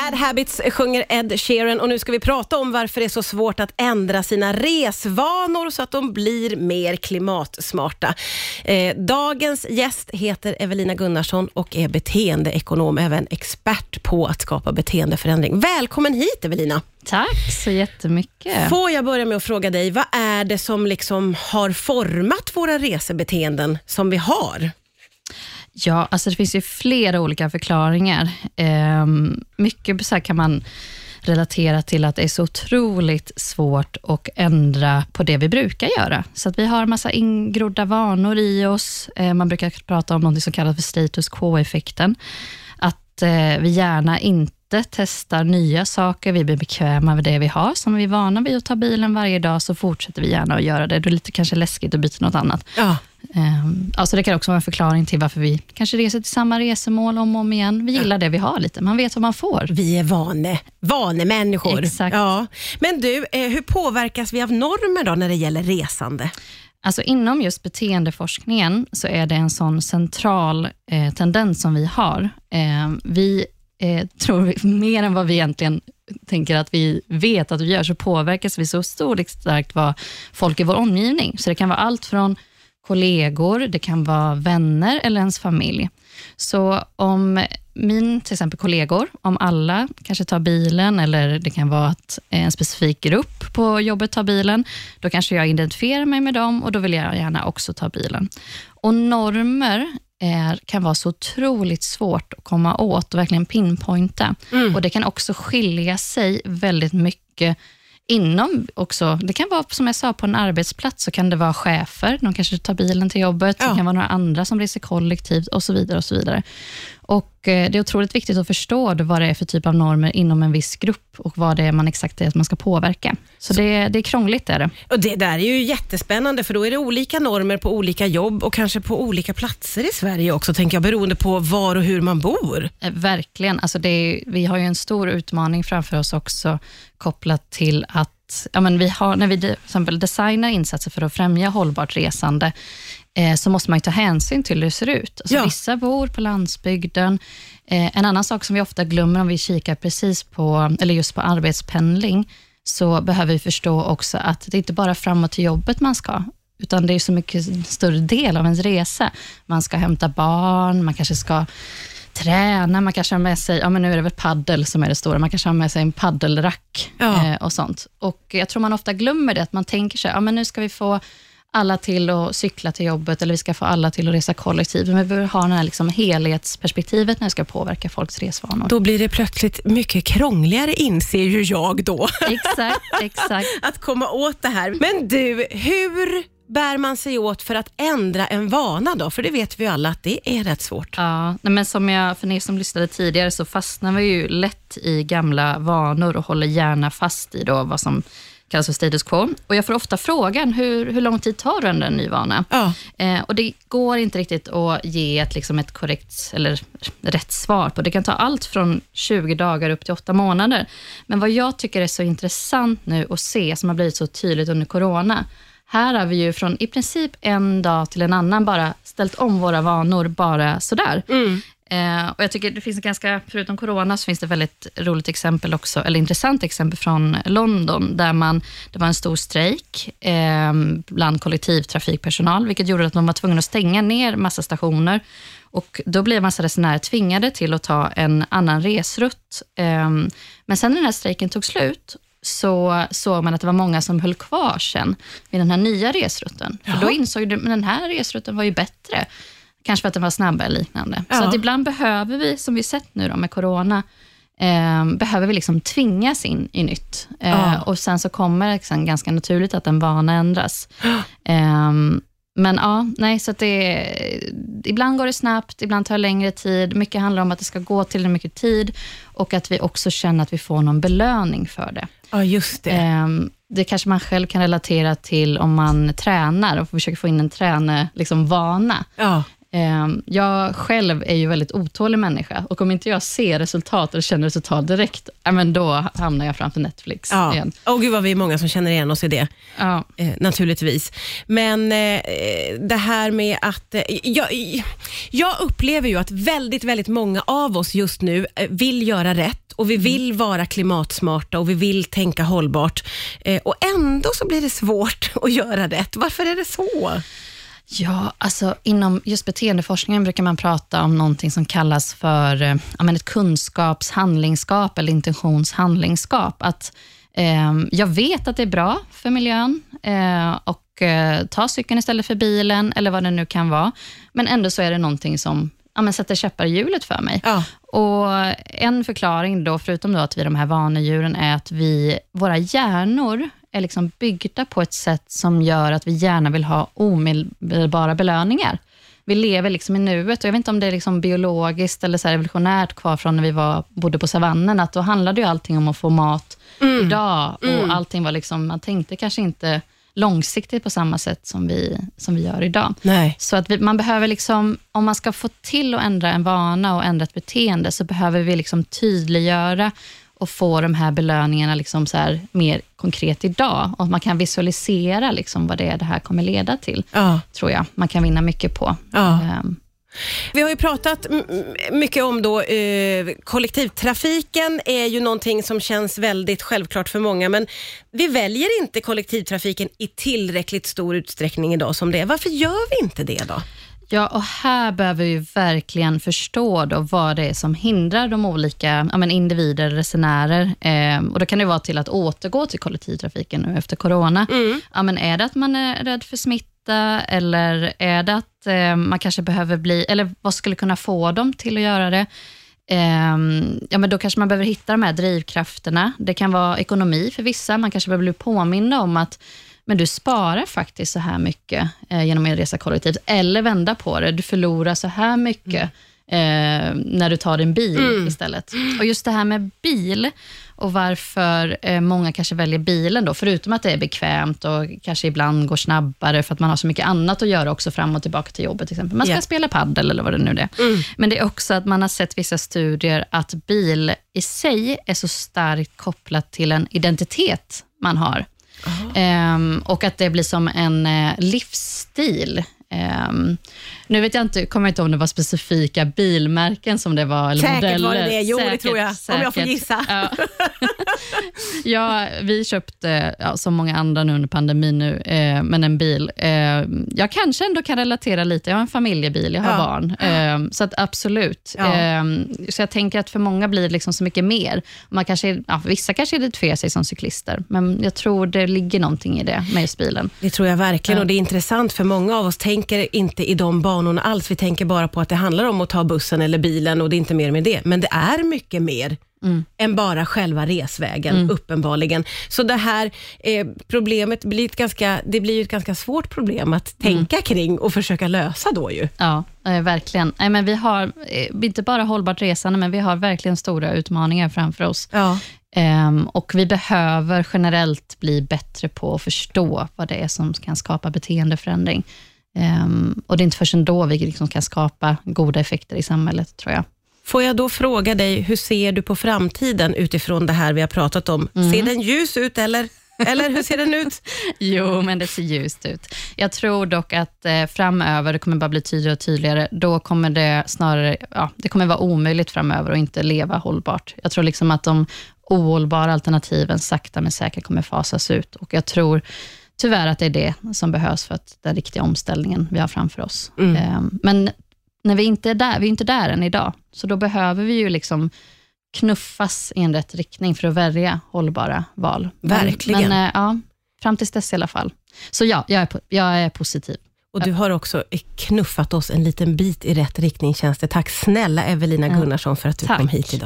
Bad Habits sjunger Ed Sheeran och nu ska vi prata om varför det är så svårt att ändra sina resvanor så att de blir mer klimatsmarta. Dagens gäst heter Evelina Gunnarsson och är beteendeekonom, även expert på att skapa beteendeförändring. Välkommen hit, Evelina. Tack så jättemycket. Får jag börja med att fråga dig, vad är det som liksom har format våra resebeteenden som vi har? Ja, alltså det finns ju flera olika förklaringar. Mycket så här kan man relatera till att det är så otroligt svårt att ändra på det vi brukar göra. Så att vi har en massa ingrodda vanor i oss. Man brukar prata om något som kallas för status quo-effekten. Att vi gärna inte testar nya saker. Vi blir bekväma med det vi har. Som vi är vana vid att ta bilen varje dag, så fortsätter vi gärna att göra det. Det är lite kanske läskigt att byta något annat. Ja. Alltså det kan också vara en förklaring till varför vi kanske reser till samma resemål om och om igen. Vi gillar det vi har lite. Man vet vad man får. Vi är vanemänniskor. Exakt. Ja. Men du, hur påverkas vi av normer då när det gäller resande? Alltså inom just beteendeforskningen så är det en sån central tendens som vi har. Vi tror mer än vad vi egentligen tänker att vi vet att vi gör, så påverkas vi så starkt vad folk i vår omgivning. Så det kan vara allt från kollegor, det kan vara vänner eller ens familj. Så om till exempel kollegor, om alla kanske tar bilen, eller det kan vara att en specifik grupp på jobbet tar bilen, då kanske jag identifierar mig med dem och då vill jag gärna också ta bilen. Och normer kan vara så otroligt svårt att komma åt och verkligen pinpointa. Och det kan också skilja sig väldigt mycket inom också. Det kan vara, som jag sa, på en arbetsplats så kan det vara chefer, de kanske tar bilen till jobbet, det kan vara några andra som reser kollektivt och så vidare och så vidare. Och det är otroligt viktigt att förstå vad det är för typ av normer inom en viss grupp och vad det är man exakt är att man ska påverka. Så det är krångligt är det. Och det där är ju jättespännande, för då är det olika normer på olika jobb och kanske på olika platser i Sverige också, tänker jag, beroende på var och hur man bor. Verkligen, alltså vi har ju en stor utmaning framför oss också, kopplat till att vi har, när vi till exempel designar insatser för att främja hållbart resande, så måste man ju ta hänsyn till hur det ser ut. Alltså vissa bor på landsbygden. En annan sak som vi ofta glömmer om vi kikar precis på, eller just på arbetspendling, så behöver vi förstå också att det inte bara framåt till jobbet man ska, utan det är så mycket större del av ens resa. Man ska hämta barn, man kanske ska träna, man kanske har med sig, men nu är det väl paddel som är det stora, man kanske har med sig en paddelrack och sånt. Och jag tror man ofta glömmer det, att man tänker sig, men nu ska vi få alla till att cykla till jobbet, eller vi ska få alla till att resa kollektivt. Men vi behöver ha det här liksom helhetsperspektivet när det ska påverka folks resvanor. Då blir det plötsligt mycket krångligare, inser ju jag då. Exakt. Att komma åt det här. Men du, hur bär man sig åt för att ändra en vana då? För det vet vi ju alla att det är rätt svårt. Ja, men för er som lyssnade tidigare, så fastnar vi ju lätt i gamla vanor och håller gärna fast i då vad som kallas för status quo. Och jag får ofta frågan, hur lång tid tar en ny vana? Ja. Och det går inte riktigt att ge ett korrekt eller rätt svar på. Det kan ta allt från 20 dagar upp till 8 månader. Men vad jag tycker är så intressant nu att se, som har blivit så tydligt under corona, här har vi ju från i princip en dag till en annan bara ställt om våra vanor bara sådär. Och jag tycker det finns förutom corona så finns det väldigt roligt exempel också, eller intressant exempel från London, där det var en stor strejk bland kollektivtrafikpersonal, vilket gjorde att de var tvungna att stänga ner massa stationer, och då blev massa resenärer tvingade till att ta en annan resrutt. Men sen när den här strejken tog slut så såg man att det var många som höll kvar sen vid den här nya resrutten. För då insåg de att den här resrutten var ju bättre. Kanske för att den var snabbare eller liknande. Så att ibland behöver vi, som vi sett nu då med corona, behöver vi liksom tvingas in i nytt. Och sen så kommer det ganska naturligt att en vana ändras. Men så att ibland går det snabbt, ibland tar det längre tid. Mycket handlar om att det ska gå till mycket tid, och att vi också känner att vi får någon belöning för det. Ja, just det. Det kanske man själv kan relatera till om man tränar och försöker få in en vana. Ja. Jag själv är ju väldigt otålig människa, och om inte jag ser resultat eller känner resultat direkt, men då hamnar jag framför Netflix igen. Gud vad vi är många som känner igen oss i det. Naturligtvis. Men det här med att jag upplever ju att väldigt, väldigt många av oss just nu vill göra rätt. och vi vill vara klimatsmarta och vi vill tänka hållbart. Och ändå så blir det svårt att göra rätt. Varför är det så? Ja, alltså inom just beteendeforskningen brukar man prata om någonting som kallas för ett kunskapshandlingskap eller intentionshandlingskap. Att jag vet att det är bra för miljön och ta cykeln istället för bilen eller vad det nu kan vara. Men ändå så är det någonting som sätter käppar i hjulet för mig. Ja. Och en förklaring då, förutom då att vi är de här vanedjuren, är att våra hjärnor är liksom byggda på ett sätt som gör att vi gärna vill ha omedelbara belöningar. Vi lever liksom i nuet, och jag vet inte om det är liksom biologiskt eller så här evolutionärt kvar från när vi bodde på savannen, att då handlade ju allting om att få mat idag, och allting var liksom, man tänkte kanske inte långsiktigt på samma sätt som vi gör idag. Nej. Så att man behöver liksom, om man ska få till att ändra en vana och ändra ett beteende, så behöver vi liksom tydliggöra och få de här belöningarna liksom så här mer konkret idag. Och man kan visualisera liksom vad det här kommer leda till. Ja. Tror jag. Man kan vinna mycket på. Ja. Vi har ju pratat mycket om då kollektivtrafiken är ju någonting som känns väldigt självklart för många, men vi väljer inte kollektivtrafiken i tillräckligt stor utsträckning idag som det är. Varför gör vi inte det då? Ja, och här behöver vi verkligen förstå då vad det är som hindrar de olika individer, resenärer. Och då kan det vara till att återgå till kollektivtrafiken nu efter corona. Är det att man är rädd för smitta, eller är det att man kanske behöver eller vad skulle kunna få dem till att göra det? Men då kanske man behöver hitta de här drivkrafterna. Det kan vara ekonomi för vissa. Man kanske behöver bli påminna om att men du sparar faktiskt så här mycket genom att resa kollektivt. Eller vända på det. Du förlorar så här mycket när du tar din bil istället. Och just det här med bil och varför många kanske väljer bilen då. Förutom att det är bekvämt och kanske ibland går snabbare för att man har så mycket annat att göra också fram och tillbaka till jobbet till exempel. Man ska spela paddel eller vad det nu är. Men det är också att man har sett vissa studier att bil i sig är så starkt kopplat till en identitet man har. Och att det blir som en livsstil. Nu vet jag inte, kommer jag inte om det var specifika bilmärken som det var, eller säkert modeller. Var det, jo säkert, det tror jag, säkert. Om jag får gissa. Ja, vi köpte som många andra nu under pandemin nu, men en bil. Jag kanske ändå kan relatera lite, jag har en familjebil, jag har barn. Så att absolut. Så jag tänker att för många blir det liksom så mycket mer. Man kanske, vissa kanske identifierar sig som cyklister, men jag tror det ligger någonting i det med just bilen. Det tror jag verkligen, och det är intressant för många av oss tänker inte i de banorna alls. Vi tänker bara på att det handlar om att ta bussen eller bilen och det är inte mer med det. Men det är mycket mer än bara själva resvägen, uppenbarligen. Så det här problemet blir ett ganska svårt problem att tänka kring och försöka lösa då ju. Ja, verkligen. Men vi har inte bara hållbart resande, men vi har verkligen stora utmaningar framför oss. Ja. Och vi behöver generellt bli bättre på att förstå vad det är som kan skapa beteendeförändring. Och det är inte förrän då vi liksom kan skapa goda effekter i samhället, tror jag. Får jag då fråga dig, hur ser du på framtiden utifrån det här vi har pratat om? Ser den ljus ut eller hur ser den ut? Jo, men det ser ljust ut. Jag tror dock att framöver, det kommer bara bli tydligare och tydligare, då kommer det snarare, det kommer vara omöjligt framöver att inte leva hållbart. Jag tror liksom att de ohållbara alternativen sakta men säkert kommer fasas ut, och jag tror tyvärr att det är det som behövs för att den riktiga omställningen vi har framför oss. Men när vi inte är inte där än idag, så då behöver vi ju liksom knuffas i en rätt riktning för att välja hållbara val. Verkligen. Men fram tills dess i alla fall. Så jag är positiv. Och du har också knuffat oss en liten bit i rätt riktning, känns det. Tack snälla Evelina Gunnarsson för att du kom hit idag.